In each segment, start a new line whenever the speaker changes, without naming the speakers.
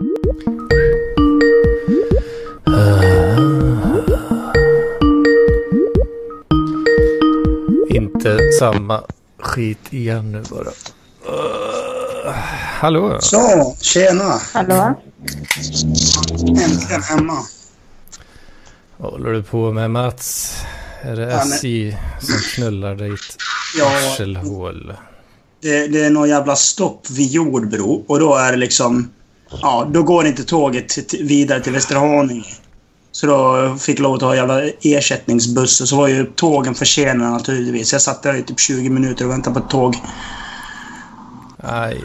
Inte samma skit igen nu bara. Hallå?
Så, tjena.
Hallå?
Äntligen hemma.
Vad håller du på med, Mats? Är det SJ som knullar dig i ett varselhål?
Det är någon jävla stopp vid Jordbro. Och då är det liksom... Ja, då går inte tåget vidare till Västerhaninge. Så då fick jag lov att ha en jävla ersättningsbuss. Och så var ju tågen försenade naturligtvis. Jag satt där i typ 20 minuter och väntade på ett tåg.
Aj.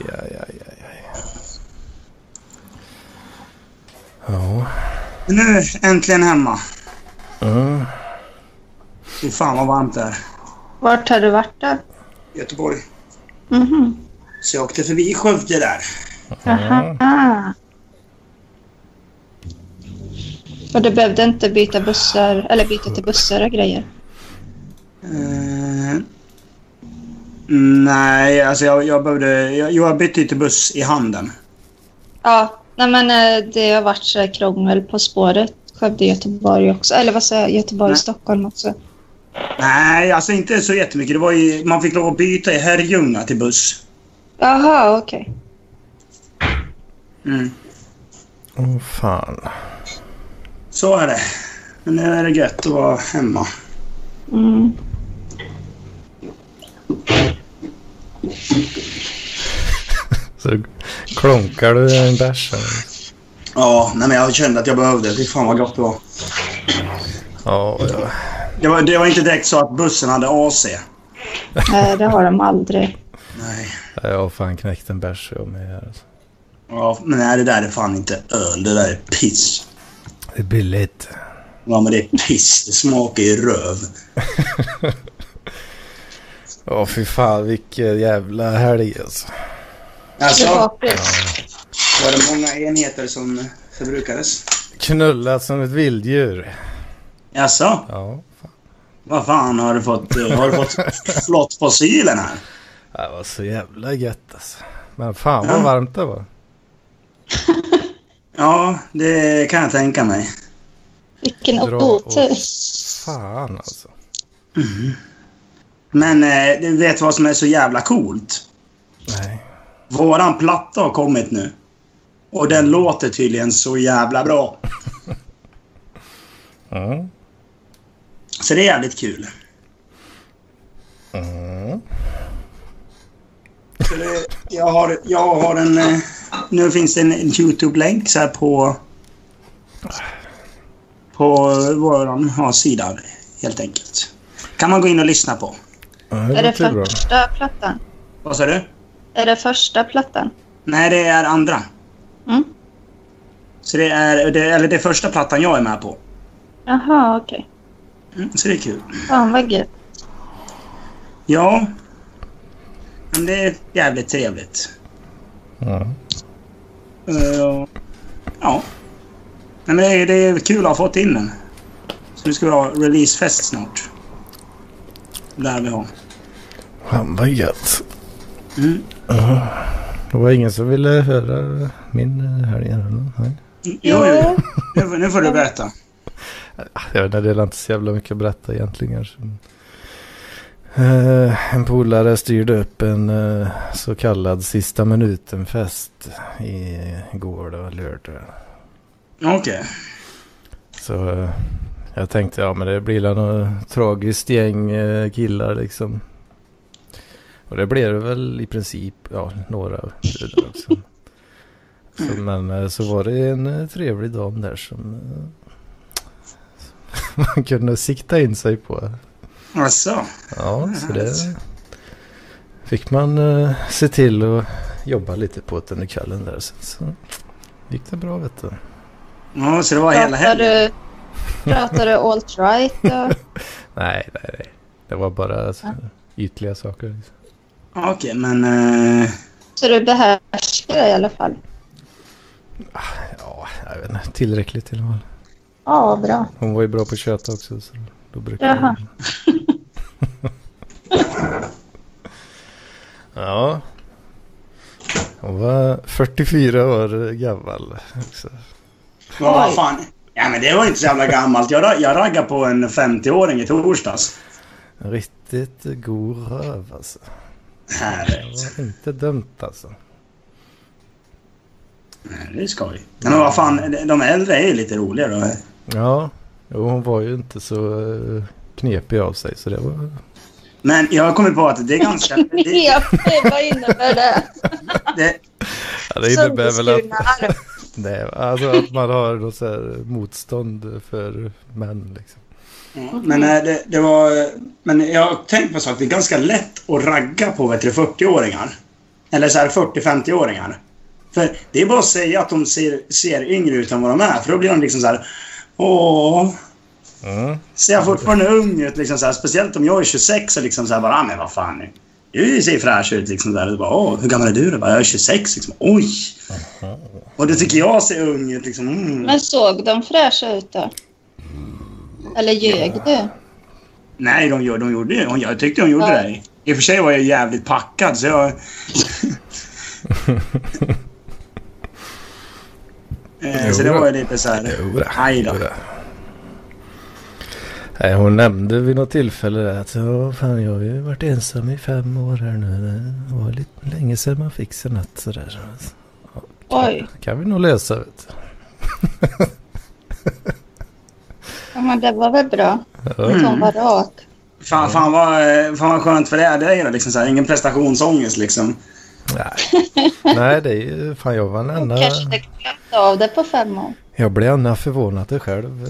Ja.
Nu äntligen hemma.
Mm.
Fy fan vad varmt det är.
Vart har du varit då?
Göteborg.
Mhm.
Så jag åkte förbi Skövde där.
Aha. Och du behövde inte byta bussar eller byta till bussar och grejer?
Nej, alltså jag behövde... Jag bytte till buss i handen.
Ja, nej men det har varit så krångel på spåret. Skövde Göteborg också. Eller vad säger jag? Göteborg Stockholm också.
Nej, alltså inte så jättemycket. Det var ju, man fick lov att byta i Herrljunga till buss.
Jaha, okej.
Åh fan.
Så är det. Men nu är det gött att vara hemma.
Mm.
Så klonkar du en bärs?
Ja, nej, men jag kände att jag behövde. Fy fan vad gott det var.
Ja.
Det var inte direkt så att bussen hade AC.
Nej, det har de aldrig.
Nej.
Jag har fan knäckt en bärs jag med här. Alltså.
Ja, men nej, det där är fan inte öl. Det där är piss.
Det är billigt.
Ja, men det är piss. Det smakar ju röv.
Ja, fy fan, vilken jävla helg alltså.
Alltså,
Ja.
var det många enheter som förbrukades?
Knullat som ett vilddjur.
Jaså?
Ja, fan.
Vad fan har du fått flott på sylen här?
Det var så jävla gött alltså. Men fan vad varmt det var.
Ja, det kan jag tänka mig.
Vilken otur.
Fan alltså.
Mm. Men du vet vad som är så jävla coolt?
Nej.
Våran platta har kommit nu. Och den låter tydligen så jävla bra.
Mm.
Så det är jävligt kul.
Mm.
Så det, jag har en... Nu finns det en YouTube-länk så här på vår sida helt enkelt. Kan man gå in och lyssna på.
Är det första plattan?
Vad sa du?
Är det första plattan?
Nej, det är andra.
Mm.
Så det är det första plattan jag är med på.
Jaha, okej.
Så det är kul.
Fan vad gött.
Ja. Men det är jävligt trevligt.
Ja.
Ja. Men det är kul att ha fått in den. Så nu ska vi ha releasefest snart. Där vi har.
Han var gött.
Mm.
Det var ingen som ville höra min helg. Nej.
Jo. Nu får du berätta.
Jag vet inte, det är inte så jävla mycket att berätta egentligen. En polare styrde upp en så kallad sista minuten-fest igår då, lördag.
Okej.
Så jag tänkte, men det blir något tragiskt gäng killar liksom. Och det blev det väl i princip, några också. Men så var det en trevlig dam där som man kunde sikta in sig på.
Alltså.
Ja, så det fick man se till att jobba lite på under kvällen där. Så gick det bra, vet du.
Ja, så det var hela helgen.
Pratar du alt-right då?
Nej. Det var bara ytliga saker. Liksom.
Okej, men...
Så du behärskar det i alla fall?
Ja, jag vet inte. Tillräckligt till och med.
Ja, bra.
Hon var ju bra på att köta också. Så då brukar
Jaha.
Ja. Och hon var 44 år gammal också.
Vad fan? Ja, men det var inte så jävla gammalt. Jag raggade på en 50-åring i torsdags.
En riktigt god röv alltså.
Härligt.
Det var inte dumt alltså.
Nej, det är skoj. Men vad fan, de äldre är ju lite roliga då.
Ja, och hon var ju inte så knepig av sig, så det var...
Men jag har kommit på att det är ganska...
Vad innebär det?
Det innebär väl att... Nej, alltså att man har något så här motstånd för män liksom.
Men det var... Men jag har tänkt på så att det är ganska lätt att ragga på 40-åringar. Eller så här 40-50-åringar. För det är bara att säga att de ser yngre ut än vad de är. För då blir de liksom så här... Åh... Ser jag fortfarande ung ut liksom så här, speciellt om jag är 26 och liksom så här bara, men vad fan nu. Du ser fräsch ut liksom där. Och bara, hur gammal är du? Jag är 26 liksom. Oj. Och det tycker jag ser ung ut liksom.
Men såg de fräscha ut då? Eller ljög du?
Nej, de gjorde det. Jag tyckte de gjorde det. I och för sig var jag jävligt packad så jag... så det var ju lite så här... Hej då.
Nej, hon nämnde vid något tillfälle att fan, jag har ju varit ensam i 5 år här nu. Det var lite länge sedan man fick sig natt sådär.
Oj.
Kan vi nog lösa, vet du.
Ja, men det var väl bra. Hon var rak.
Fan vad skönt för det är liksom så här, ingen prestationsångest liksom.
Nej, det är ju fan, jag var en enda...
Kanske det klarade av det på 5 år.
Jag blev ända förvånad själv.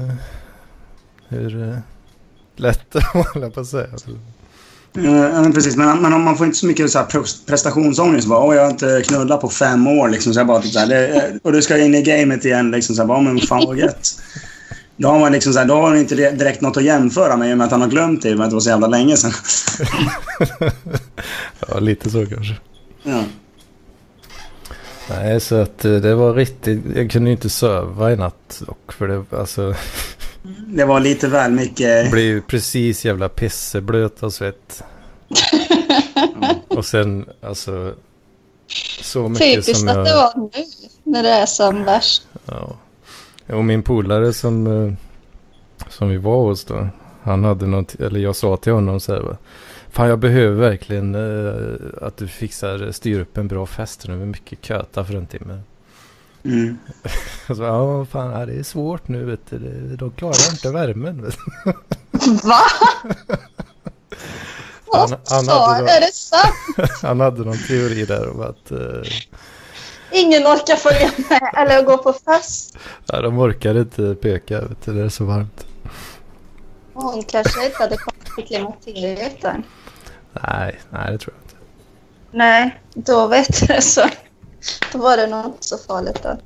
Hur lätt det var på att säga.
Ja, precis. Men om man får inte så mycket så här prestationsångest. Bara, jag har inte knullat på 5 år. Liksom, så jag bara, typ, så här, och du ska in i gamet igen. Liksom, så jag bara, men fan vad gött. Då har man liksom, så här, då har man inte direkt något att jämföra med. I och med att han har glömt det. Men att det var så jävla länge sedan.
Ja, lite så kanske.
Ja.
Nej, så att det var riktigt... Jag kunde ju inte söva i natt dock. För det, alltså...
Det var lite väl mycket...
Det blev ju precis jävla pisseblöt och svett. Och sen, alltså... Så mycket
typiskt
som
att det var nu, när det är som värst.
Ja. Och min polare som vi var hos då, han hade något, eller jag sa till honom så här, fan, jag behöver verkligen att du fixar, styr upp en bra fest nu med mycket köta för en timme. Och så, ja fan, det är svårt nu, vet du. De klarar inte värmen, vet du.
Va? Är det sant?
Han hade någon teori där om att
ingen orkar följa med eller gå på fest.
Ja, de orkar inte peka, vet du, det är så varmt.
Hon kanske inte hade kommit till klimakteriet än.
Nej, det tror jag inte.
Nej, då vet jag så. Då var det nog inte så farligt då.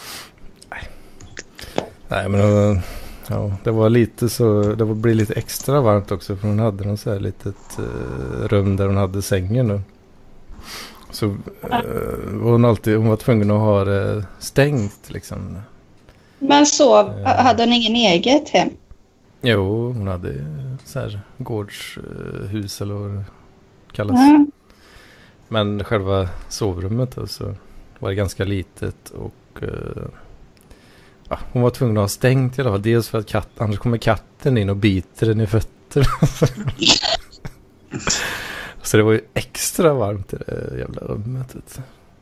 Nej, men ja, det var lite så, det blir lite extra varmt också, för hon hade någon så här litet rum där hon hade sängen nu. Så hon var tvungen att ha det stängt liksom.
Men hade hon ingen eget hem?
Jo, hon hade så här gårdshus eller vad det kallas. Men själva sovrummet då, så var det ganska litet och hon var tvungen att ha stängt i alla fall. Dels för att annars kommer katten in och biter den i fötterna. Så det var ju extra varmt i det jävla rummet.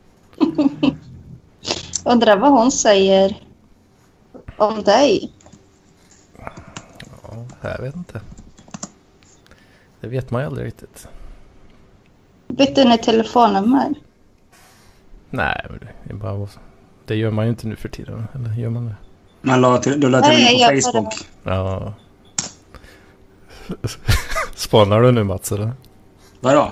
Undrar vad hon säger om dig.
Ja, jag vet inte. Det vet man ju aldrig riktigt.
Bytte ni telefonnummer?
Nej, men det är bara... Det gör man ju inte nu för tiden, eller gör man det?
Du la till på Facebook.
Ja. Spanar du nu, Mats, eller?
Vadå?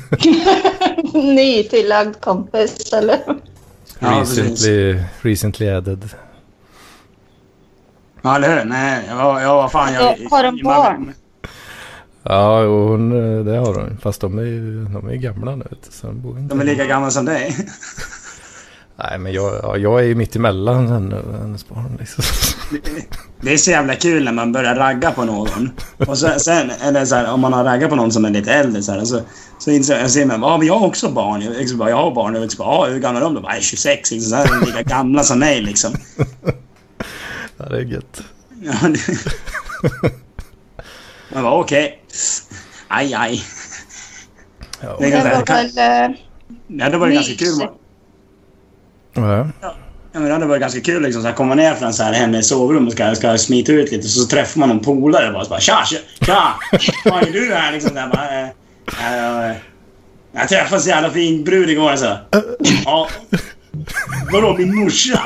Nytillagd kompis, eller?
Ja,
recently added.
Ja, eller hur? Nej, vad fan.
Har de barn?
Ja, och det har de. Fast de är ju gamla nu. Så de är
lika gamla som dig.
Nej, men jag är ju mitt emellan hennes barn liksom.
Det är så jävla kul när man börjar ragga på någon. Och sen är det så här, om man har raggat på någon som är lite äldre så här, så inser jag, men jag har också barn. Jag har barn. Jag vet bara, hur gamla är de? De är 26, liksom, så här, lika gamla som mig liksom.
Ja, det är gött.
Ja, man bara, okej. Aj.
Ja.
Det hade varit ganska kul.
Ja.
Ja, men det hade varit ganska kul liksom, så här, komma ner från så här, henne i sovrum och ska smita ut lite, så träffar man en polare och bara tja! Vad är du här liksom där bara, jag träffade en så jävla fin brud igår så här. Ja. Vadå, min morsa?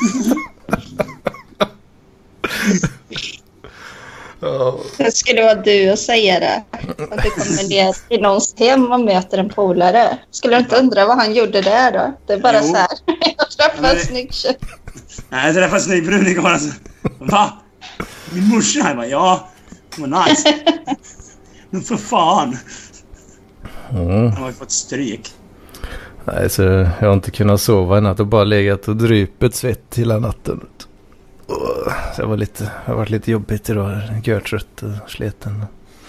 Det skulle vara du att säga det. Att du kommer ner i någons hem och möter en polare. Skulle du inte undra vad han gjorde där då? Det är bara så här. Jag träffade en snygg tjej.
Nej, jag träffade en snygg brud igår alltså. Va? Min morsa? Jag bara, ja. Vad nice. Men för fan. Han har ju fått stryk.
Nej, så jag har inte kunnat sova i natt och bara legat och drypet svett hela natten. Så det har varit lite jobbigt idag. Görtrött och sleten.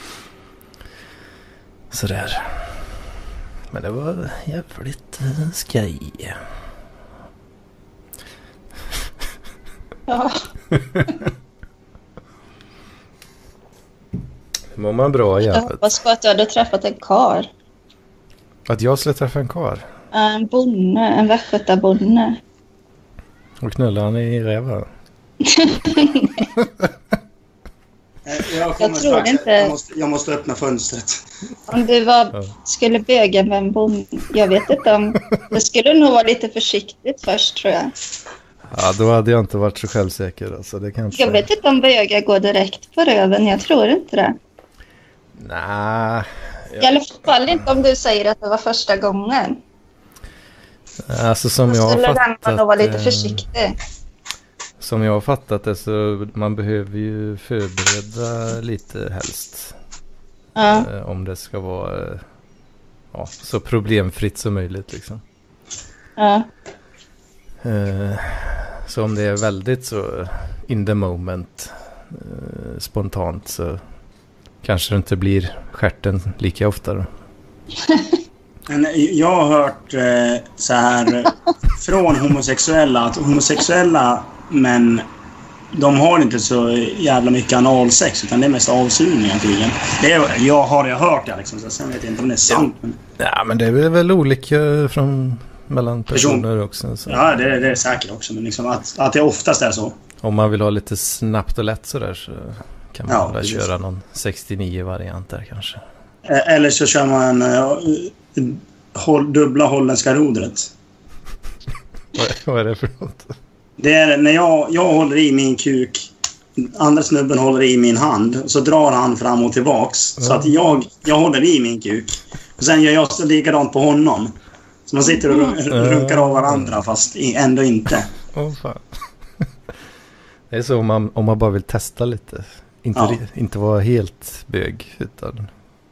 Sådär. Men det var jävligt skoj.
Ja.
Mår man bra i
Jag
jävligt?
hoppas på att du hade träffat en karl.
Att jag skulle träffa en karl?
En bonde, en västgötabonde.
Och knulla han i räva?
Jag tror inte.
Jag måste öppna fönstret.
Om du skulle böga med en bonde. Jag vet inte om. Det skulle nog vara lite försiktigt först, tror jag.
Ja, då hade jag inte varit så självsäker. Alltså, det kanske...
Jag vet inte om bögar går direkt på röven. Jag tror inte det.
Nej.
I alla fall inte om du säger att det var första gången.
Alltså som jag har
fattat.
fattat...
Man nog vara lite försiktig.
Som jag har fattat det så man behöver ju förbereda lite helst.
Ja.
Om det ska vara så problemfritt som möjligt liksom.
Ja.
Så om det är väldigt så in the moment spontant så kanske det inte blir stjärten lika ofta då.
Jag har hört så här från homosexuella att homosexuella men de har inte så jävla mycket analsex utan det är mest avsugningar tydligen. Jag har hört det liksom, så sen vet jag inte om det är sant. Men...
Ja, men det är väl olika mellan personer också. Så.
Ja, det är säkert också, men liksom att det oftast är så.
Om man vill ha lite snabbt och lätt så där så kan man väl göra någon 69-variant där kanske.
Eller så kör man dubbla holländska rodret.
Vad är det för något? Det
är när jag håller i min kuk, andra snubben håller i min hand, så drar han fram och tillbaks. Så att jag håller i min kuk. Och sen gör jag likadant på honom. Så man sitter och runkar av varandra fast ändå inte.
Fan. Det är så om man bara vill testa lite. Inte vara helt bög utan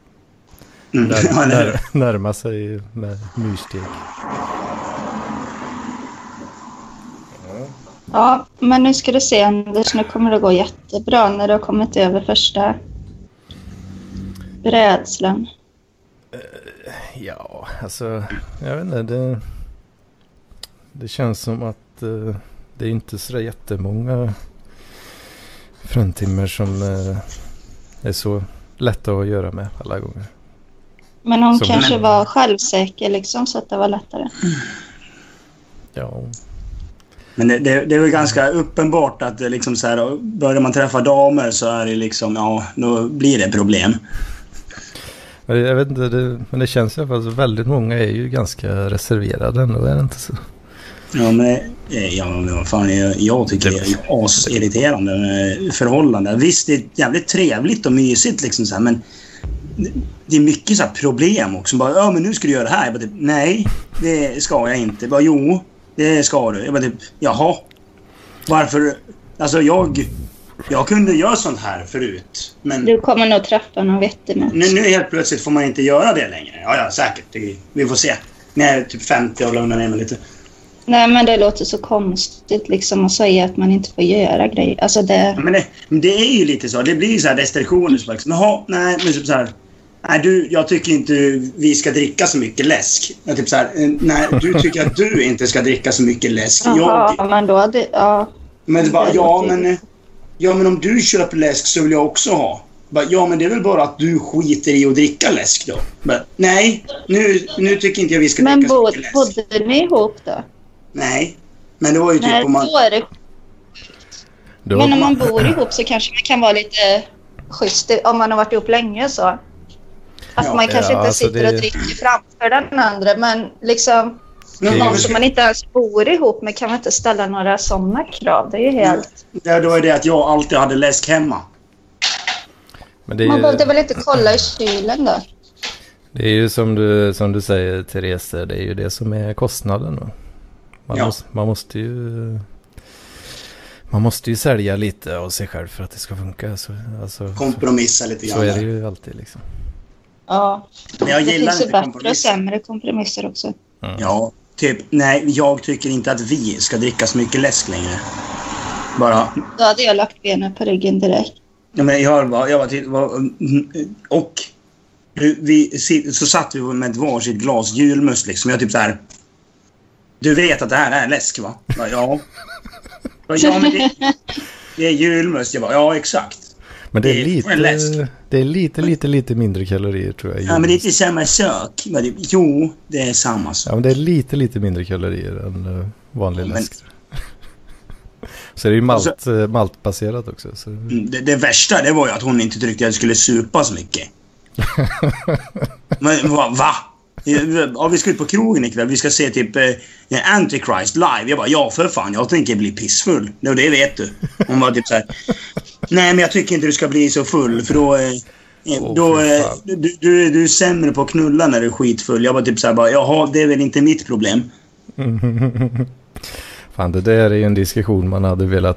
närma sig med myrsteg.
Ja, men nu ska du se Anders, nu kommer det gå jättebra när du har kommit över första rädslan.
Ja, alltså jag vet inte, det känns som att det är inte så jättemånga fruntimmer som är så lätta att göra med alla gånger.
Men hon kanske var självsäker liksom, så att det var lättare.
Ja.
Men det är väl ganska uppenbart att det liksom så här, börjar man träffa damer så är det liksom, då blir det problem.
Jag vet inte, men det känns i alla fall så väldigt många är ju ganska reserverade ändå, är det inte så?
Ja, men vad fan, jag tycker det är asirriterande förhållande. Visst, det är jävligt trevligt och mysigt liksom så här, men det är mycket så här problem också. Bara, men nu ska du göra det här. Jag bara, typ, nej, det ska jag inte. Bara, jo, det ska du. Jag bara, typ, jaha. Varför? Alltså jag kunde göra sånt här förut. Men
du kommer nog träffa någon vettig match.
Nu helt plötsligt får man inte göra det längre. Ja, säkert. Vi får se. När jag är typ 50 och lugnar ner mig lite.
Nej, men det låter så konstigt liksom att säga att man inte får göra grejer. Alltså det...
Men det är ju lite så. Det blir ju så här restriktioner. Så liksom, nej, men typ så här. Nej, jag tycker inte vi ska dricka så mycket läsk. Jag typ så här, nej, du tycker att du inte ska dricka så mycket läsk.
Jaha, men då hade... Ja.
Men det bara, men om du köper läsk så vill jag också ha. Ja, men det är väl bara att du skiter i att dricka läsk då. Men, nej, nu tycker inte jag vi ska dricka så mycket läsk.
Men bodde ni ihop då?
Nej, men det var ju typ
nej,
om man...
då är det... Men om man bor ihop så kanske man kan vara lite schysst om man har varit ihop länge så. Att man kanske inte sitter och dricker framför den andra, men liksom någon som man inte ens bor ihop med kan man inte ställa några sådana krav. Det är ju helt...
Ja, då är det att jag alltid hade läsk hemma.
Men det är
man behövde väl inte kolla i kylen då?
Det är ju som du säger, Therese, det är ju det som är kostnaden då. Man måste ju sälja lite av sig själv för att det ska funka. Alltså,
kompromissa lite grann.
Så är det ju alltid liksom.
Ja,
men jag
det
gillar
finns ju bättre och sämre kompromisser också.
Mm.
Ja, typ, nej, jag tycker inte att vi ska dricka så mycket läsk längre. Bara...
Då hade jag lagt benen på ryggen direkt.
Ja, men så satt vi med ett varsitt glas julmust liksom. Jag typ så här. Du vet att det här är läsk, va? Ja. Ja, men det är julmust. Jag bara, ja, exakt.
Men det är lite mindre kalorier tror jag.
Ja, men det är inte samma sak. Jo, det är samma sak.
Ja, men det är lite mindre kalorier än vanlig läsk. Så det är ju maltbaserat också. Så.
Det värsta det var ju att hon inte tyckte att jag skulle supa så mycket. Men va? Ja, vi ska ut på krogen ikväll. Vi ska se typ Antichrist live. Jag bara, ja för fan, jag tänker bli pissfull. Det vet du. Hon var typ så här. Nej, men jag tycker inte du ska bli så full. För då du är sämre på att knulla när du är skitfull. Jag var typ så här, jaha, det är väl inte mitt problem.
Fan, det där är ju en diskussion man hade velat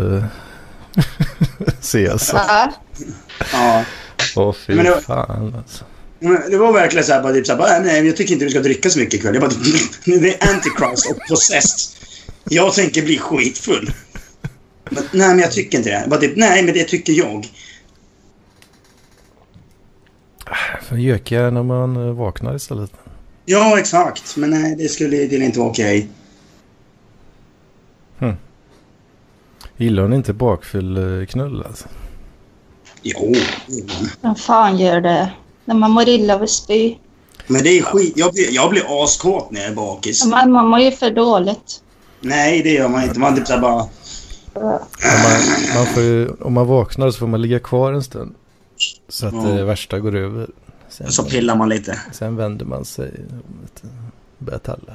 se alltså.
Ja.
Åh, fy fan alltså.
Det var verkligen så här, bara typ så här, nej, jag tycker inte du ska dricka så mycket ikväll. Jag bara, det är Antichrist och Possessed. Jag tänker bli skitfull. Men, nej, men jag tycker inte det. Jag bara typ, nej, men det tycker jag.
För gökiga när man vaknar istället.
Ja, exakt. Men nej, det skulle inte vara okej.
Gillar hon inte bakfull knull alltså?
Jo.
Vad fan gör det? När man mår illa av spy.
Men det är skit. Jag blir askåt när jag är bakis.
Man mår ju för dåligt.
Nej, det gör man inte. Man typ så här bara...
Man får ju, om man vaknar så får man ligga kvar en stund. Så att det värsta går över. Sen,
så pillar man lite.
Sen vänder man sig och börjar talla.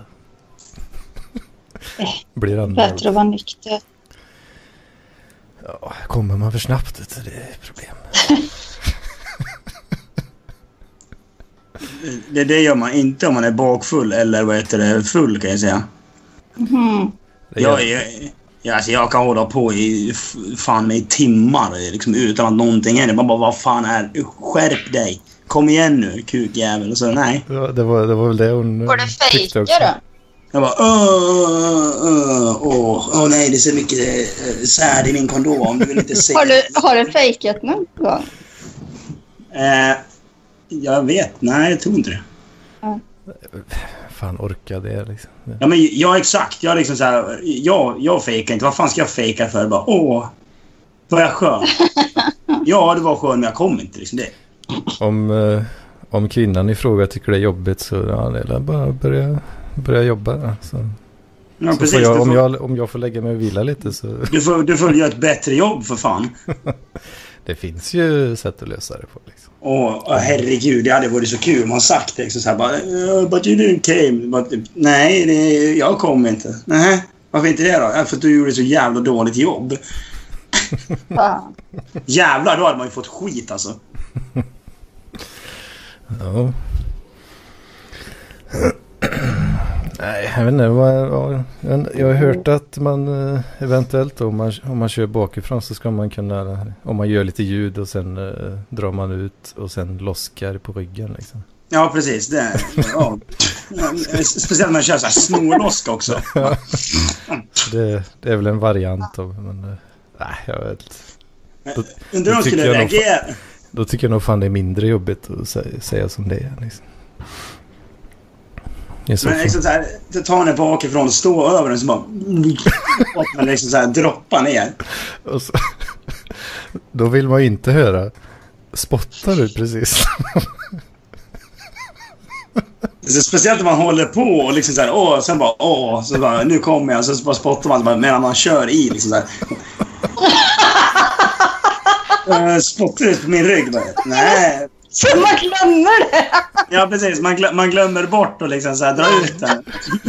Blir anmäld.
Bättre att vara nykter.
Ja, kommer man för snabbt, det är problem.
Det gör man inte om man är bakfull eller full kan jag säga.
Mm.
Jag kan hålla på i timmar liksom, utan att någonting händer. Man bara, vad fan är skärp dig. Kom igen nu, kukjävel. Och så, nej.
Ja, det var väl det hon
var det fejka då?
Jag bara, nej, det är så mycket särd i min kondom. Du vill inte se.
Har du fejkat någon gång?
Jag vet, nej, jag tror inte det.
Fan, orkar det liksom.
Ja, men exakt. Jag liksom så här, jag fejkar inte. Vad fan ska jag fejka för? Bara, var jag skön? Ja, det var skön, men jag kom inte liksom det.
Om kvinnan i fråga tycker det är jobbigt så det är bara börja jobba. Så. Ja, så precis. Om jag får lägga mig och vila lite så...
Du får göra ett bättre jobb för fan.
Det finns ju sätt att lösa det på liksom.
Herregud, det hade varit så kul. Man sagt liksom så här bara, but you didn't came. Nej, jag kom inte. Nej, varför inte det då? För att du gjorde så jävla dåligt jobb. Jävlar, då hade man ju fått skit alltså.
Ja. Nej, jag vet inte. Jag har hört att man eventuellt om man kör bakifrån så ska man kunna, om man gör lite ljud och sen drar man ut och sen loskar på ryggen liksom.
Ja, precis. Ja. Speciellt när man kör så här snorloska också.
Ja. Det är väl en variant av... Men, nej, jag vet.
Undrar om de skulle reagera.
Då tycker jag nog fan det är mindre jobbigt att säga som det är. Liksom.
Men liksom så här, det tar den bakifrån och stå över den så bara... och man liksom så här droppar ner.
Och så, då vill man ju inte höra... Spottar du precis?
Speciellt om man håller på och liksom så här, sen bara, så bara, nu kommer jag, så bara spottar man bara, medan man kör i liksom så här. Spottar ut på min rygg bara. Nej.
Så man glömmer det.
Ja, precis. Man glömmer bort och liksom så här dra ut den.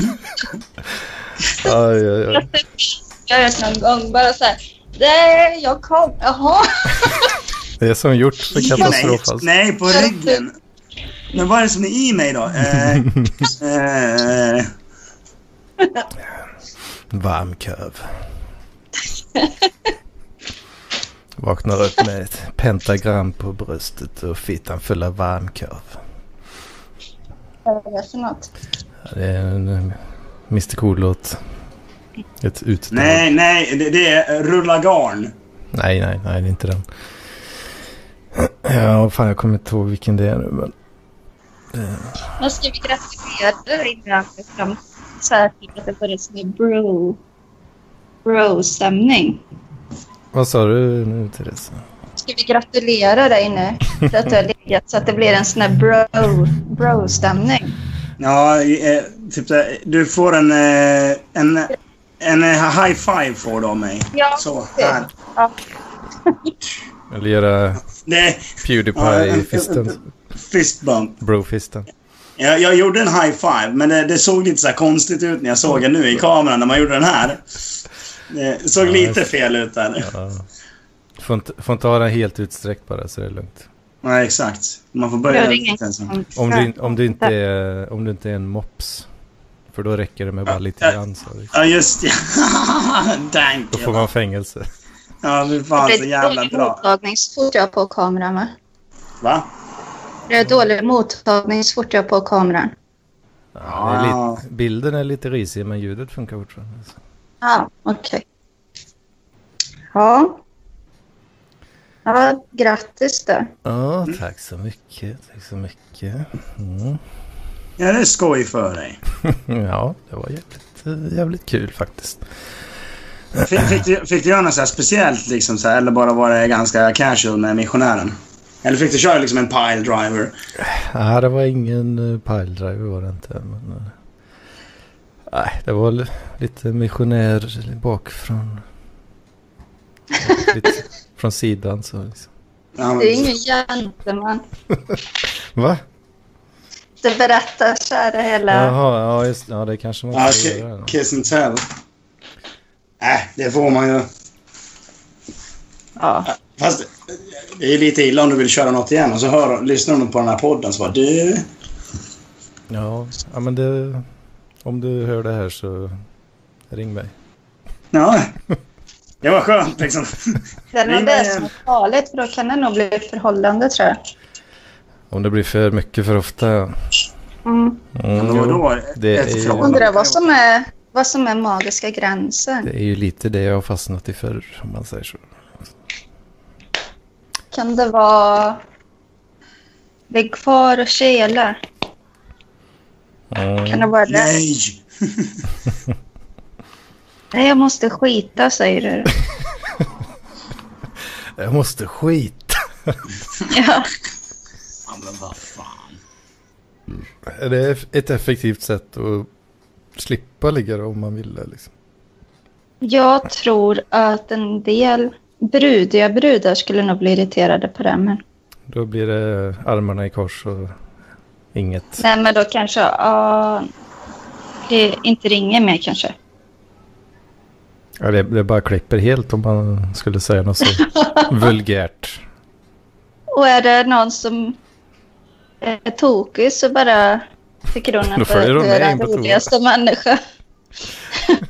Aj.
Jag har någon gång bara så här, nej, jag kom, jaha.
Det är som gjort för katastrof.
Nej, på ryggen. Men vad är det som är i mig då?
Varmköv. Vaknar upp med ett pentagram på bröstet och fittan full av varmköv.
Vad är det för något?
Det är en Mr. Cool-låt. Ett utdrag.
Nej, det är Rulla garn.
Nej, det är inte den. Ja, fan, jag kommer inte ihåg vilken det är nu, men...
Nu ska vi gratulera dig innan fram så här till att det börjar med bro-stämning.
Vad sa du nu, Therese?
Ska vi gratulera dig nu för att du har legat så att det blir en sån här bro-stämning?
Ja, typ du får en high five får du av mig.
Ja,
så här.
Ja.
Eller göra PewDiePie-fisten.
Fistbump.
Bro-fisten.
Jag gjorde en high five, men det såg lite så här konstigt ut när jag såg den nu i kameran när man gjorde den här. Det såg lite fel ut där.
Ja. Får inte ha den helt utsträckt bara, så det är lugnt.
Nej, exakt. Man får börja
om du inte är en mops. För då räcker det med bara lite grann. Så liksom.
Ja, just det.
Då får man fängelse.
Ja, det fan så jävla bra.
Mottagningsfort jag på kameran, va?
Va?
Det är dålig mottagningsfort jag på kameran.
Ja, bilden är lite risig, men ljudet funkar fortfarande.
Ja, okej. Ja, grattis då.
Ja, tack så mycket. Mm.
Ja, det är skoj för dig.
Ja, det var jävligt kul faktiskt.
Fick du göra något så här speciellt liksom så här, eller bara var det ganska casual med missionären? Eller fick du köra liksom en pile driver?
Nej, det var ingen pile driver var det inte. Men, nej, det var lite missionär bakifrån. Lite från sidan så liksom.
Ja, men...
Det är ingen gentleman.
Va?
Du berättar så här det hela.
Jaha, ja, det kanske man ska göra.
Kiss and tell. Det får man ju.
Ja.
Fast det är lite illa om du vill köra något igen och så lyssnar de på den här podden så bara du.
Ja, men det, om du hör det här så ring mig.
Ja, det var skönt liksom.
Det är nog det som är farligt, för då kan det nog bli ett förhållande, tror jag.
Om det blir för mycket för ofta.
Undrar vad som är magiska gränser.
Det är ju lite det jag har fastnat i förr, om man säger så.
Kan det vara ligg kvar och kela? Kan det vara det?
Nej!
Nej, jag måste skita, säger du.
Jag måste skita.
Ja.
Men vad fan.
Är det ett effektivt sätt att slippa ligga om man vill det, liksom?
Jag tror att en del brudiga brudar skulle nog bli irriterade på det, men...
Då blir det armarna i kors och inget.
Nej, men då kanske det inte ringer mer kanske.
Ja, det bara klipper helt om man skulle säga något så vulgärt.
Och är det någon som är tokig så bara tycker hon att du är den roligaste människa.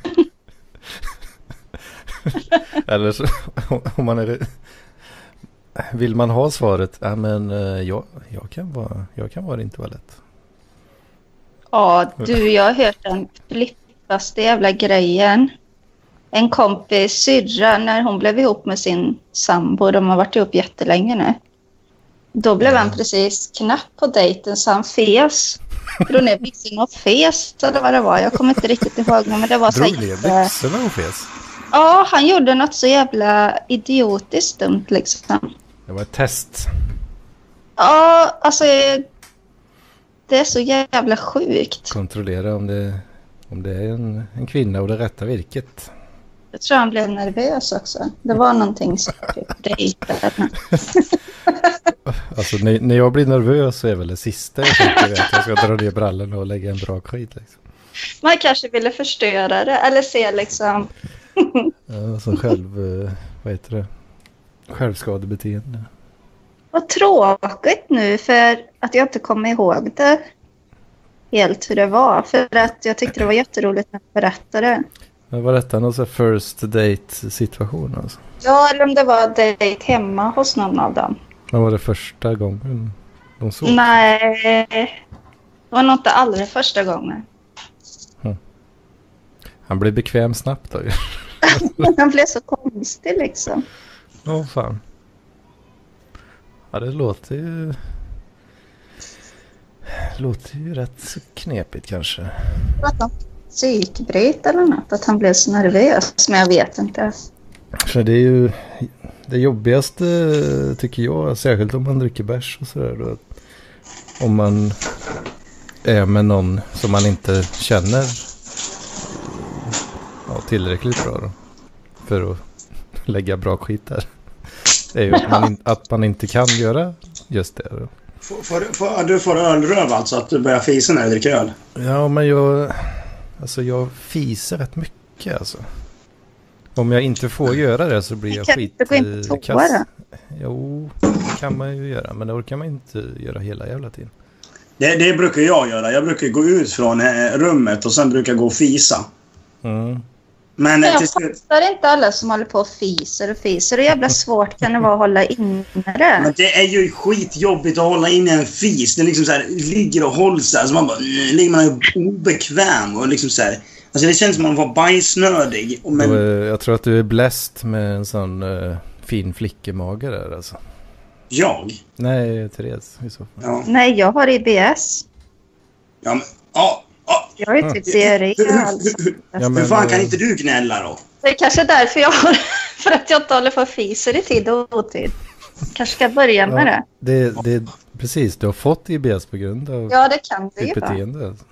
Eller så, om man är Vill man ha svaret? Ja, men jag kan vara din toalett.
Ja, du, jag har hört den flippaste jävla grejen. En kompis syrra, när hon blev ihop med sin sambo, de har varit ihop jättelänge nu. Då blev han precis knapp på dejten, så han fes. Drog ner byxorna och fes, eller vad det var. Jag kommer inte riktigt ihåg, men det var så
Drog ner byxorna och fes?
Ja, han gjorde något så jävla idiotiskt dumt liksom.
Det var ett test.
Ja, alltså det är så jävla sjukt.
Kontrollera om det är en kvinna och det rätta virket.
Jag tror han blev nervös också. Det var någonting som dejtade.
Alltså när jag blir nervös så är väl det sista jag tänker att jag ska dra ner brallen och lägga en bra skit liksom.
Man kanske ville förstöra det eller se liksom.
Ja, så självskadebeteende.
Vad tråkigt nu för att jag inte kommer ihåg det helt hur det var. För att jag tyckte det var jätteroligt när jag berättade.
Men var detta någon sån first date situation alltså?
Ja, eller om det var dejt hemma hos någon av dem.
Men var det första gången de såg?
Nej, det var nog inte allra första gången.
Han blev bekväm snabbt då.
Han blev så konstig liksom.
Åh fan. Ja, det låter ju rätt så knepigt kanske.
Att någon psykbryt eller något. Att han blev så nervös, men jag vet inte.
Så det är ju det jobbigaste tycker jag, särskilt om man dricker bärs och sådär då. Om man är med någon som man inte känner tillräckligt bra då, för att lägga bra skit där. Det är ju att man inte kan göra just det då.
Du får ölröv alltså, att du börjar fisa när du dricker öl?
Ja, men jag fiser rätt mycket alltså. Om jag inte får göra det så blir jag skitkass. Jo, det kan man ju göra, men det orkar man inte göra hela jävla tiden.
Det brukar jag göra. Jag brukar gå ut från rummet och sen brukar jag gå och fisa.
Mm.
Men
jag fattar inte alla som håller på och fiser. Hur jävla svårt kan det vara att hålla inne det? Men
det är ju skitjobbigt att hålla inne en fis. Det liksom så här, ligger och hålls så här. Så man bara, ligger man obekväm och liksom så här. Alltså det känns som man var bajsnödig.
Jag tror att du är bläst med en sån fin flickemage där alltså.
Jag?
Nej, Therese i så fall.
Ja. Nej, jag har IBS.
Ja, men...
Jag har ju typ diarré.
Hur fan kan inte du gnälla då?
Det är kanske därför jag har... För att jag inte håller på fiser i tid och otid. Kanske ska börja med det.
Precis, du har fått IBS på grund av
det kan det
ditt beteende. Alltså.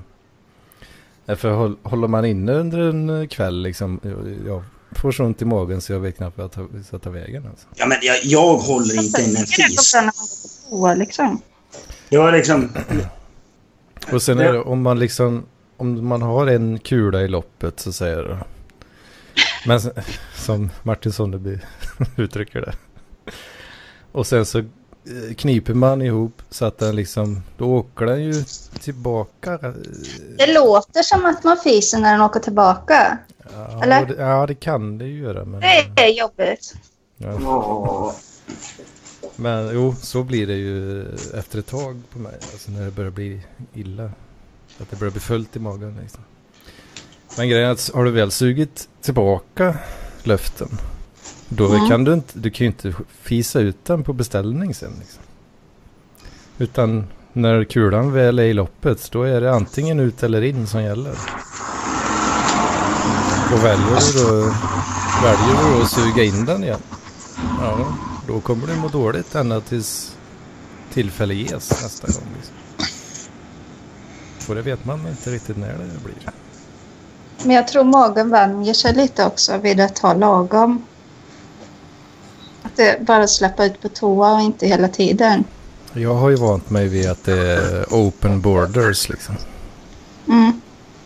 Därför håller man inne under en kväll liksom... Jag får så ont i magen så jag vet knappt vad jag ska ta vägen. Alltså.
Ja, men jag håller inte inne en fis.
Det är när man går på toa liksom.
Ja, liksom...
Och sen är det, om man har en kula i loppet så säger det. Men som Martin Sonneby uttrycker det. Och sen så kniper man ihop så att den liksom, då åker den ju tillbaka.
Det låter som att man fiser när den åker tillbaka.
Ja,
eller?
Det kan det ju göra. Men,
det är jobbigt.
Ja. Men jo, så blir det ju efter ett tag på mig. Alltså när det börjar bli illa. Att det börjar bli fullt i magen liksom. Men grejen är att har du väl sugit tillbaka luften, då kan du kan ju inte fisa ut den på beställning sen liksom. Utan när kulan väl är i loppet, då är det antingen ut eller in som gäller. Och väljer du att suga in den igen, ja, då kommer du må dåligt ända tills tillfälle ges nästa gång liksom. Och det vet man inte riktigt när det blir.
Men jag tror magen vänjer sig lite också vid att ha lagom. Att det bara släppa ut på toa och inte hela tiden.
Jag har ju vant mig vid att det är open borders liksom.
Mm.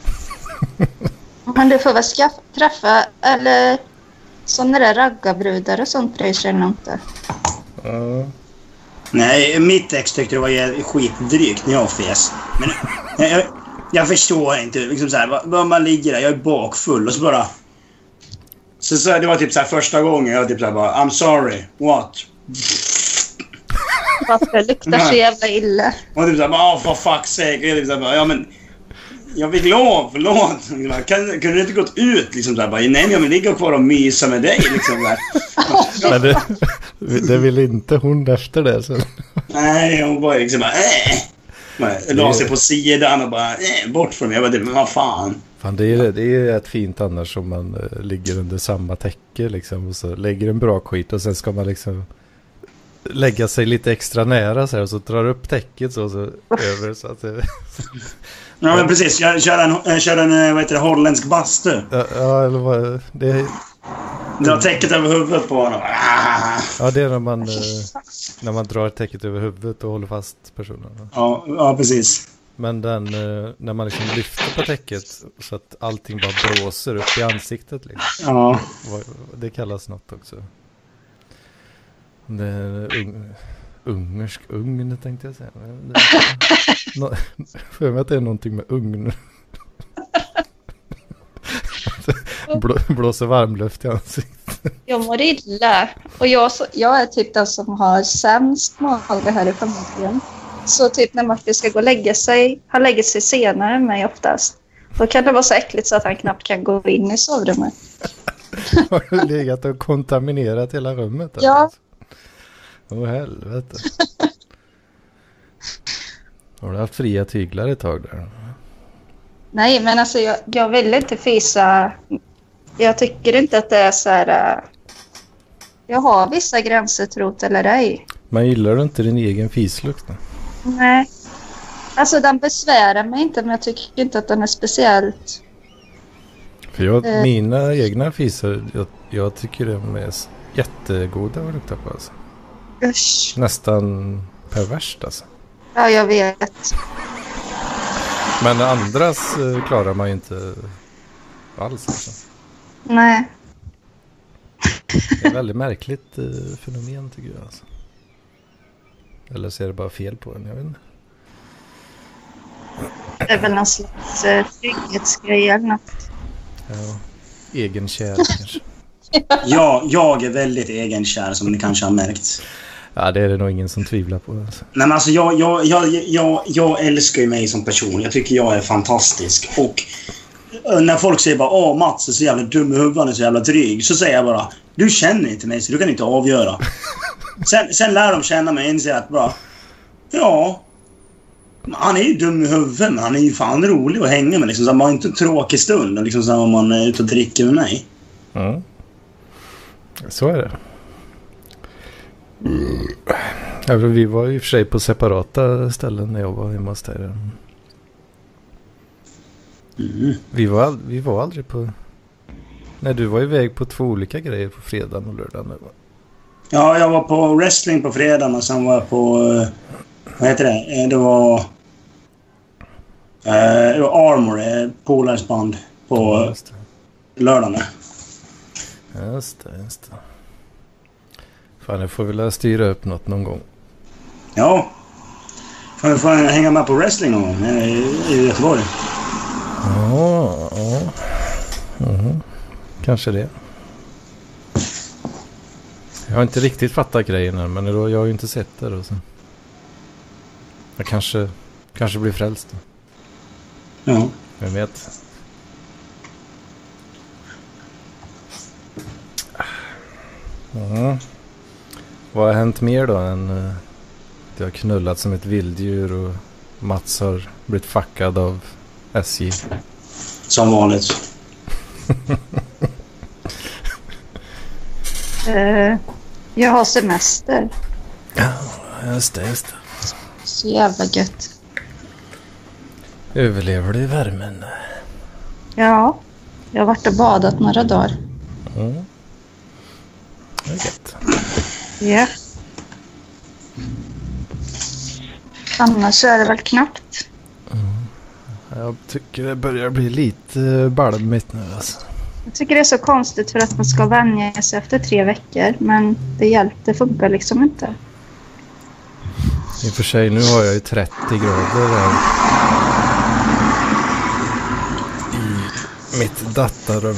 Men du får väl träffa eller sådana där raggarbrudar och sånt bryr sig inte.
Nej, mitt ex tyckte det var skitdrygt när jag fes. Men jag förstår inte liksom så här, man ligger där, jag är bakfull och så bara så det var typ så här första gången jag typ så här bara I'm sorry, what?
Varför det luktar så jävla illa.
Och typ såhär, for fuck's sake. Typ såhär, ja men... Jag fick lov, förlåt. Kunde du inte gått ut liksom där? Bara, nej, jag vill ligga kvar och mysa med dig liksom där.
Men det vill inte hon efter det. Så.
Nej, hon bara liksom bara, la sig på sidan och bara, bort från mig. Jag bara, men vad fan.
Fan, det är ett fint annars om man ligger under samma täcke liksom. Och så lägger en bra skit och sen ska man liksom lägga sig lite extra nära så här, och så drar upp täcket så över så att det...
Ja, men precis. Jag kör en vad heter det, holländsk bastu.
Ja, eller vad... Det...
Dra täcket över huvudet på honom.
Ja, det är när man drar täcket över huvudet och håller fast personen.
Ja, precis.
Men när man liksom lyfter på täcket så att allting bara blåser upp i ansiktet. Liksom.
Ja.
Det kallas något också. Det är ungersk ugn, tänkte jag säga. För mig att det är någonting med ugn. Blåser varmluft i ansiktet.
Jag mår illa. Och jag är typ den som har sämst mage här i familjen. Så typ när Martin ska gå och lägga sig, han lägger sig senare än mig oftast. Då kan det vara så äckligt så att han knappt kan gå in i sovrummet.
Har du legat och kontaminerat hela rummet? Alltså?
Ja.
Helvete. Har du haft fria tyglar ett tag där?
Nej, men alltså jag vill inte fisa. Jag tycker inte att det är så här... Jag har vissa gränser, trot eller ej.
Man gillar du inte din egen fislukt då?
Nej. Alltså den besvärar mig inte, men jag tycker inte att den är speciellt...
För mina egna fisar, jag tycker de är jättegoda att lukta på alltså.
Usch.
Nästan perverst alltså.
Ja, jag vet.
Men andras klarar man ju inte alls alltså.
Nej.
Det är väldigt märkligt fenomen tycker jag alltså. Eller så är det bara fel på en, jag vet inte.
Det är väl någon slags trygghetsgrej eller något.
Ja, egenkär kanske.
Ja, jag är väldigt egenkär som ni kanske har märkt.
Ja, det är det nog ingen som tvivlar på. Alltså.
Nej, men alltså jag älskar ju mig som person. Jag tycker jag är fantastisk. Och när folk säger bara, Mats är så jävla dum i huvudet, han är så jävla dryg. Så säger jag bara, du känner inte mig så du kan inte avgöra. Sen lär de känna mig och inse att bara, ja, han är ju dum i huvudet, men han är ju fan rolig att hänga med. Liksom, så man har inte en tråkig stund liksom, så om man är ute och dricker med mig.
Mm. Så är det. Ja, vi var ju i och för sig på separata ställen när jag var hemma hos dig. Vi var aldrig på... Nej, du var iväg på 2 olika grejer på fredagen och lördagen.
Ja, jag var på wrestling på fredagen och sen var jag på... vad heter det? Det var Armor, Polars band på lördagen.
Just det. Fan, jag får väl styra upp något någon gång.
Ja. Får jag hänga med på wrestling någon gång i Göteborg?
Ja. Kanske det. Jag har inte riktigt fattat grejen här, men jag har ju inte sett det då. Så. Jag kanske blir frälst då.
Ja.
Vem vet. Vad har hänt mer då än att jag har knullat som ett vilddjur och Mats har blivit fuckad av SJ?
Som vanligt.
Jag har semester.
Ja, just det.
Så jävla gött.
Överlever du i värmen?
Ja, jag har varit och badat några dagar.
Mm. Det är gött.
Ja. Annars är det väl knappt.
Jag tycker det börjar bli lite balmigt nu alltså.
Jag tycker det är så konstigt för att man ska vänja sig efter 3 veckor. Men det funkar liksom inte.
I och för sig, nu har jag ju 30 grader här i mitt datarum.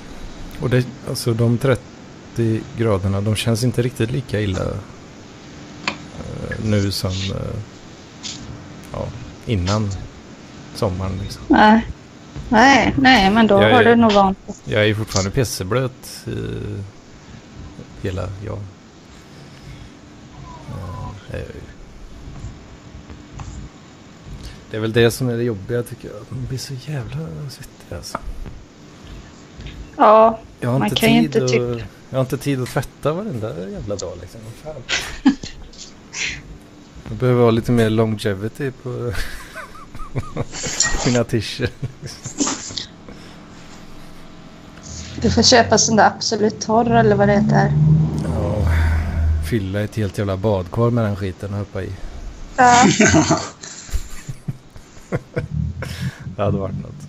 Och det, alltså de 30 graderna, de känns inte riktigt lika illa nu som innan sommaren liksom.
Nej, men då har du nog vant.
Jag är ju fortfarande pisseblöt hela det är väl det som är det jobbiga tycker jag. Man blir så jävla svettig alltså.
Ja,
jag har
man
inte
kan ju
tid
inte
jag har inte tid att tvätta varenda jävla dag liksom. Fan. Jag behöver ha lite mer longevity på mina t-shirts.
Du får köpa sån där Absolut torr eller vad det heter.
Ja, fylla ett helt jävla badkar med den skiten och hoppa i.
Ja.
Det hade varit något.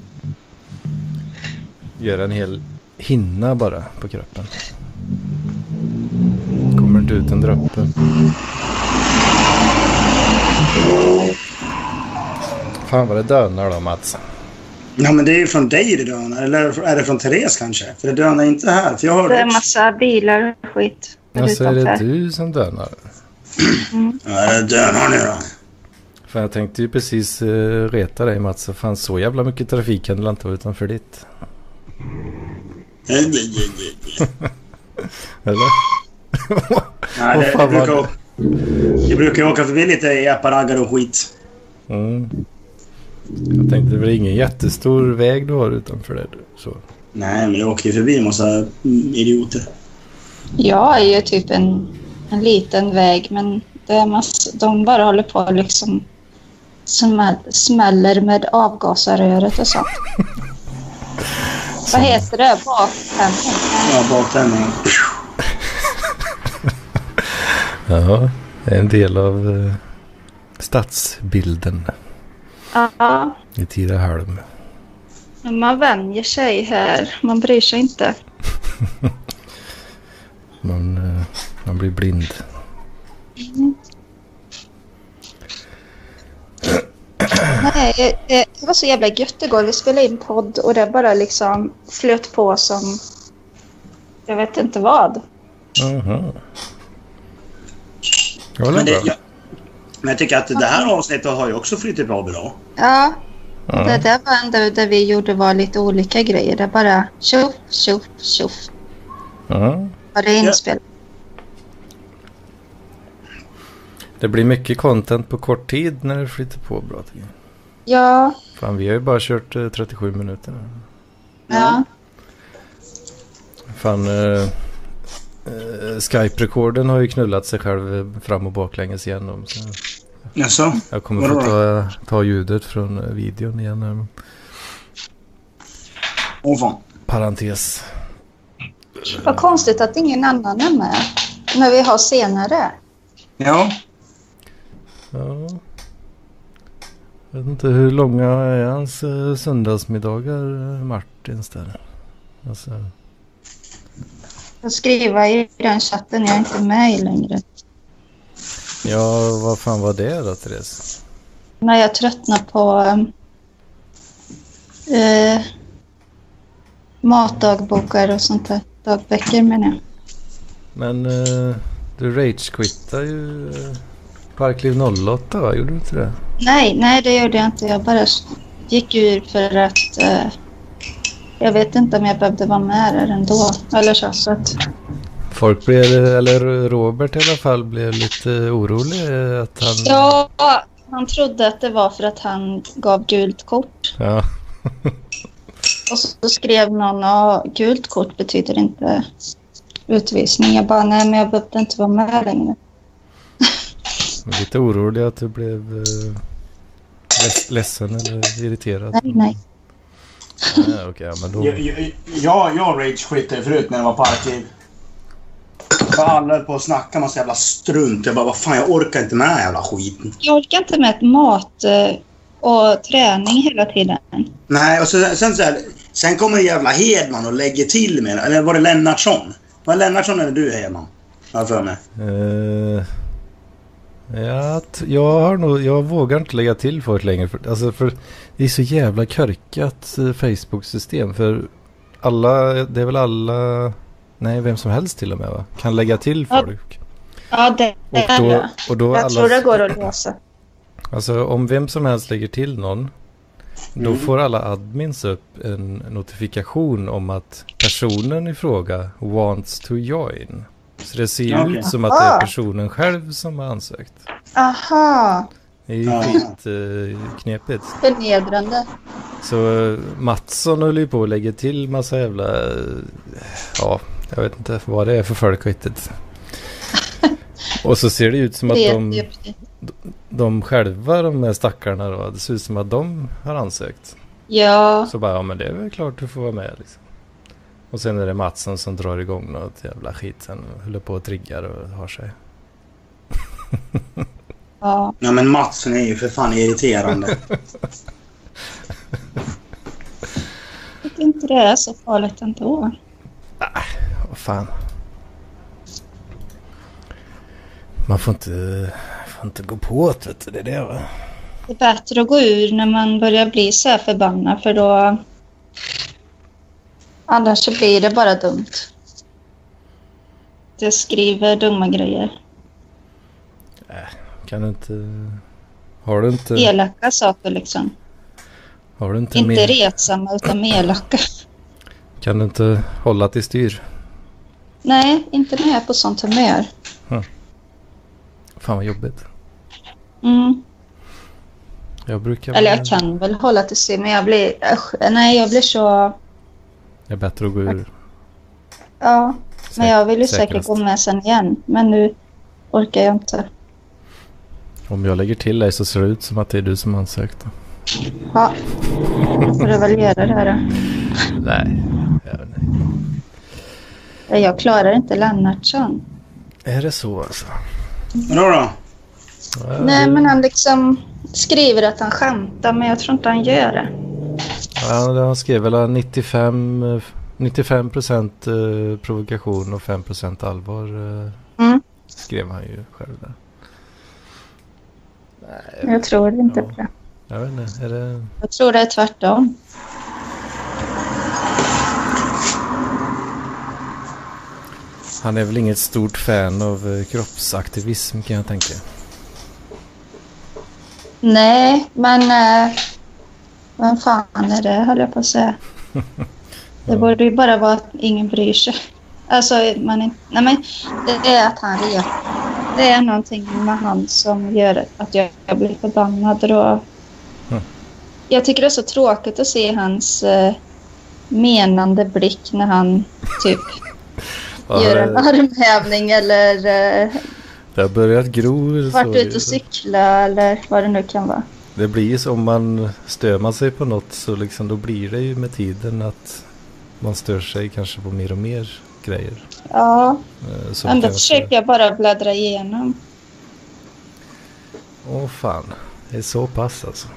Göra en hel hinna bara på kroppen. Kommer inte ut en droppe. Fan vad det dönar då, Mats.
Ja, men det är ju från dig det dönar. Eller är det från Therese kanske? För det dönar inte här. För jag hörde
det är en massa bilar och skit.
Alltså är det du som dönar?
Ja, det dönar nu då.
För jag tänkte ju precis reta dig, Mats. Så fanns så jävla mycket trafik kan det inte vara utanför ditt. Eller?
Nej, jag brukar åka förbi lite i apparaggar och skit.
Jag tänkte det var ingen jättestor väg du har utanför det. Så.
Nej, men jag åker ju förbi en massa idioter.
Jag är ju typ en liten väg, men det är de bara håller på liksom smäller med avgasröret och sånt. Vad heter det? Baktändning?
Ja, baktändning.
Ja, det är en del av stadsbilden.
Ja.
I Tidaholm.
Men man vänjer sig här. Man bryr sig inte.
Man blir blind.
Nej, det var så jävla gött igår. Vi spelade in podd och det bara liksom flöt på som jag vet inte vad.
Men jag tycker att det här avsnittet har ju också flyttat på bra.
Ja. Det där var ändå där vi gjorde var lite olika grejer. Det bara tjoff. Var det inspelat?
Det blir mycket content på kort tid när det flyter på bra.
Ja.
Fan, vi har ju bara kört 37 minuter.
Ja.
Fan, Skype-rekorden har ju knullat sig själv fram och baklänges igenom. Så
Jaså?
jag kommer få ta ljudet från videon igen.
Fan.
Parentes.
Vad konstigt att ingen annan är med när vi har senare.
Ja.
Jag vet inte hur långa är hans söndagsmiddagar, Martins där. Alltså.
Jag skriver i den chatten, jag är inte med i längre.
Ja, vad fan var det då, Therese?
När jag tröttnar på matdagbokar och sånt där. Dagböcker menar jag.
Men du rage-quittar ju Parkliv 08, va? Gjorde du inte det?
Nej, det gjorde jag inte. Jag bara gick ur för att jag vet inte om jag behövde vara med där ändå. Eller så att...
Folk blev, eller Robert i alla fall, blev lite orolig att han...
Ja, han trodde att det var för att han gav gult kort.
Ja.
Och så skrev någon, gult kort betyder inte utvisning. Jag bara, nej men jag behövde inte vara med längre.
Lite orolig att du blev ledsen eller irriterad.
Nej.
Ja, okay, men då...
Jag rage-quittade förut när jag var på arkiv. Alla höll på att snacka massa jävla strunt. Jag bara, vad fan, jag orkar inte med jävla skiten.
Jag orkar inte med ett mat och träning hela tiden.
Nej, och sen kommer jävla Hedman och lägger till med. Eller var det Lennartsson? Var det Lennartsson eller du, Hedman? Jag för mig.
Jag vågar inte lägga till folk längre. För det är så jävla körkat Facebook-system. För alla, det är väl alla... Nej, vem som helst till och med, va? Kan lägga till folk.
Ja, det är det.
Och då
Jag tror det går att lösa.
Alltså om vem som helst lägger till någon, då får alla admins upp en notifikation om att personen i fråga wants to join. Så det ser ju ut som att det är personen själv som har ansökt.
Aha.
Det är ju skitknepigt.
Förnedrande.
Så Mattsson höll ju på att lägga till massa jävla... Ja, jag vet inte vad det är för folk riktigt. Och så ser det ut som att de själva, de här stackarna då, det ser ut som att de har ansökt.
Ja.
Så bara, ja men det är väl klart du får vara med liksom. Och sen är det Mattsson som drar igång något jävla skit sen och håller på att trigga och har sig.
Ja, men Mattsson är ju för fan irriterande.
Jag tycker inte det är så farligt ändå.
Nej, vad fan. Man får inte gå på det, vet du, det är det, va?
Det är bättre att gå ur när man börjar bli så här förbannad, för då... Annars så blir det bara dumt. Det skriver dumma grejer.
Kan du inte... Har du inte...
Elaka saker liksom.
Har du inte
retsamma utan elaka.
Kan du inte hålla till styr?
Nej, inte när jag är på sånt humör.
Fan vad jobbigt.
Mm.
Eller
jag kan väl hålla till styr, men jag blir så...
Det är bättre att gå ur.
Ja, men jag vill ju säkert gå med sen igen. Men nu orkar jag inte.
Om jag lägger till dig så ser det ut som att det är du som ansökt.
Ja, då får du väl göra det här då.
Nej,
jag klarar inte Lennartsson.
Är det så alltså?
Vadå?
Nej, men han liksom skriver att han skämtar, men jag tror inte han gör det.
Ja, han skrev väl 95% provokation och 5% allvar skrev han ju själv där. Nej,
jag tror inte på det.
Jag vet inte, är det...
Jag tror det är tvärtom.
Han är väl inget stort fan av kroppsaktivism, kan jag tänka.
Nej, men vem fan är det, höll jag på att säga. Det borde ju bara vara att ingen bryr sig. Alltså, nej, men det är att han retar. Det är någonting med han som gör att jag blir förbannad. Och jag tycker det är så tråkigt att se hans menande blick när han typ gör en armhävning eller
det har börjat gro.
Vart ut och cykla eller vad det nu kan vara.
Det blir så om man stör man sig på något, så liksom då blir det ju med tiden att man stör sig kanske på mer och mer grejer.
Ja, ändå försöker jag bara bläddra igenom.
Fan, det är så pass alltså.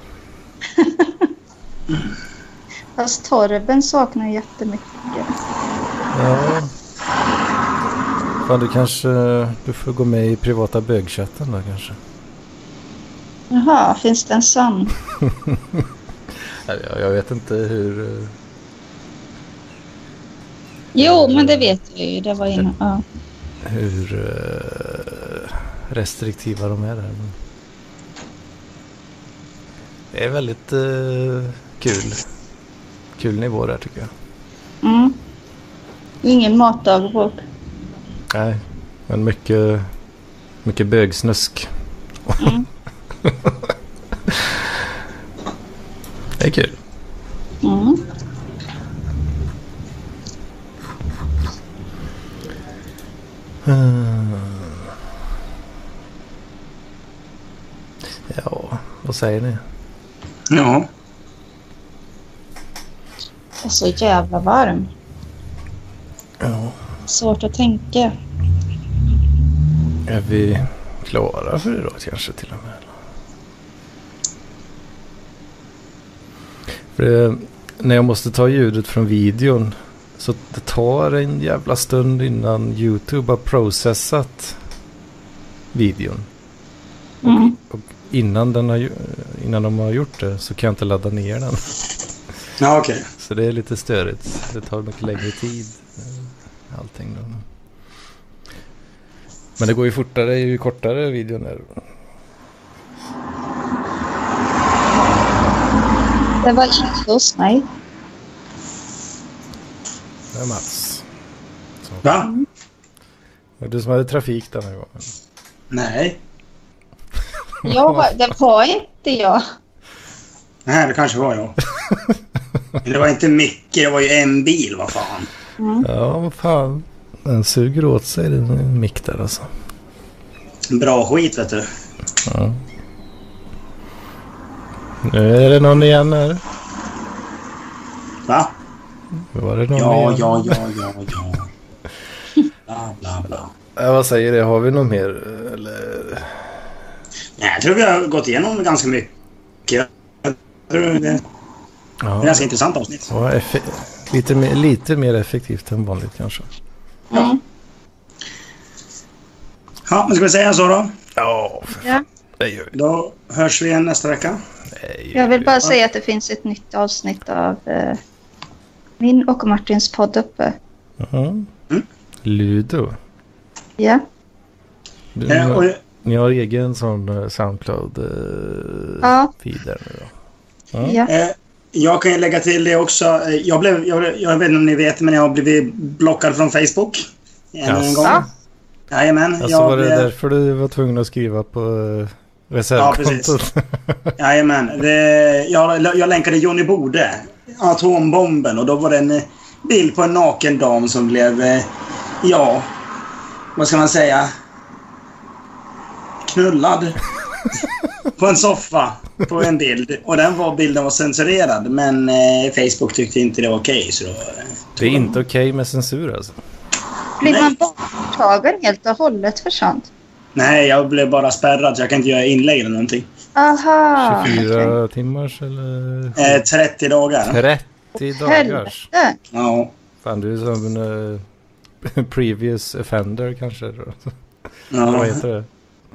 Fast Torben saknar jättemycket.
Ja. Fan, du får gå med i privata bögchatten då kanske.
Jaha, finns det en sån?
Jag vet inte hur...
Jo, men det vet vi ju. Det var innan. Ja.
Hur restriktiva de är där. Det är väldigt kul nivå där, tycker jag.
Mm. Ingen matdagbok.
Nej, men mycket bögsnusk.
Mm.
Det är kul.
Mm.
Ja, vad säger ni?
Ja.
Det är så jävla varm.
Ja.
Svårt att tänka.
Är vi klara för idag kanske till och med? För när jag måste ta ljudet från videon, så det tar en jävla stund innan YouTube har processat videon.
Mm.
Och innan de har gjort det så kan jag inte ladda ner den.
Ja, okej. Okay.
Så det är lite störigt. Det tar mycket längre tid. Allting då. Men det går ju fortare ju kortare videon är.
Det var inte hos mig.
Det är Mats. Så.
Va?
Var det du som hade trafik den här gången?
Nej.
Det var inte jag.
Nej, det kanske var jag. Det var inte mycket, det var ju en bil, vad fan.
Ja, vad fan. Den suger åt sig den mick där alltså.
Bra skit, vet du.
Ja. Nu är det någon igen här.
Va?
Var det någon igen?
Ja. Bla, bla, bla.
Vad säger det? Har vi något mer? Eller?
Nej, jag tror vi har gått igenom ganska mycket. Jag tror det är ett ganska intressant avsnitt.
Ja, lite mer effektivt än vanligt kanske.
Mm.
Ja, men ska vi säga så då?
Ja. Det gör vi.
Då hörs vi igen nästa vecka.
Jag vill bara säga att det finns ett nytt avsnitt av min och Martins podd uppe.
Ludo.
Ja.
Ni har egen sån SoundCloud-feed där nu då?
Ja.
Jag kan lägga till det också. Jag vet inte om ni vet, men jag har blivit blockad från Facebook. En gång. Jajamän.
Alltså var det därför du var tvungen att skriva på reservkontot?
Ja, precis. Jajamän. Jag länkade Johnny Bode, atombomben, och då var det en bild på en naken dam som blev, vad ska man säga, knullad på en soffa på en bild. Och bilden var censurerad, men Facebook tyckte inte det var okej. Så då,
det är inte okej med censur alltså?
Blir man borttagen helt och hållet för sånt?
Nej, jag blev bara spärrad så jag kan inte göra inlägg eller någonting.
Aha.
24 timmars eller?
30 dagar.
30 dagars?
Ja.
Fan, du är som en previous offender kanske då.
Ja.
Vad heter det?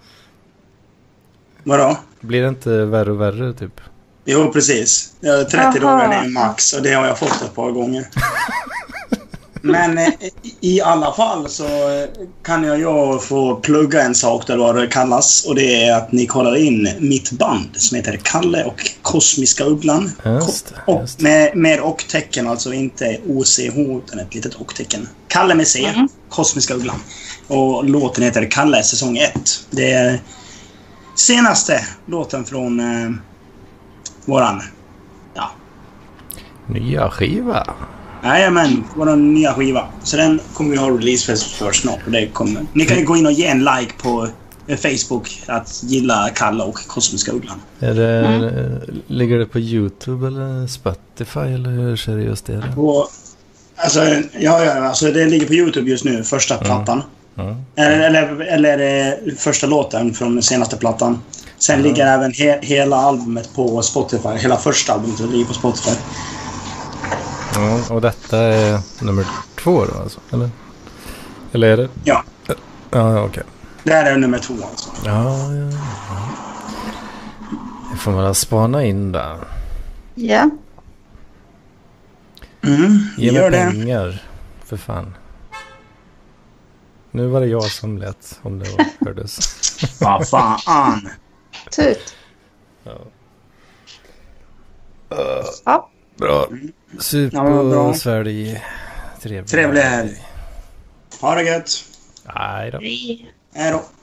Vadå?
Blir det inte värre och värre typ?
Jo, precis. 30 dagar är max, och det har jag fått ett par gånger. Men i alla fall så kan jag få plugga en sak där vad det kallas. Och det är att ni kollar in mitt band som heter Kalle och Kosmiska Ugglan.
Just
det. Med och-tecken, alltså inte OCH utan ett litet och-tecken. Kalle med C, Kosmiska Ugglan. Och låten heter Kalle säsong 1. Det är senaste låten från våran
nya skiva.
Jajamän, vår nya skiva. Så den kommer vi ha releasefest för snart. Och det kommer. Ni kan ju gå in och ge en like på Facebook att gilla Kalle och Kosmiska Ugglan.
Ligger det på YouTube eller Spotify eller hur ser det just det?
Alltså det ligger på YouTube just nu, första plattan. Eller första låten från den senaste plattan. Sen ligger även hela albumet på Spotify. Hela första albumet ligger på Spotify.
Ja, och detta är nummer 2 då alltså? Eller är det?
Ja.
Ja, okej.
Det här är nummer 2 alltså.
Ja. Det får man spana in där.
Ja.
Ge mig pengar, för fan. Nu var det jag som lät, om det hördes.
Vad fan.
Tut.
Ja. Bra. Super svärdig. Trevlig helg.
Ha det gött.
Hej då.
Hej.
Hej då.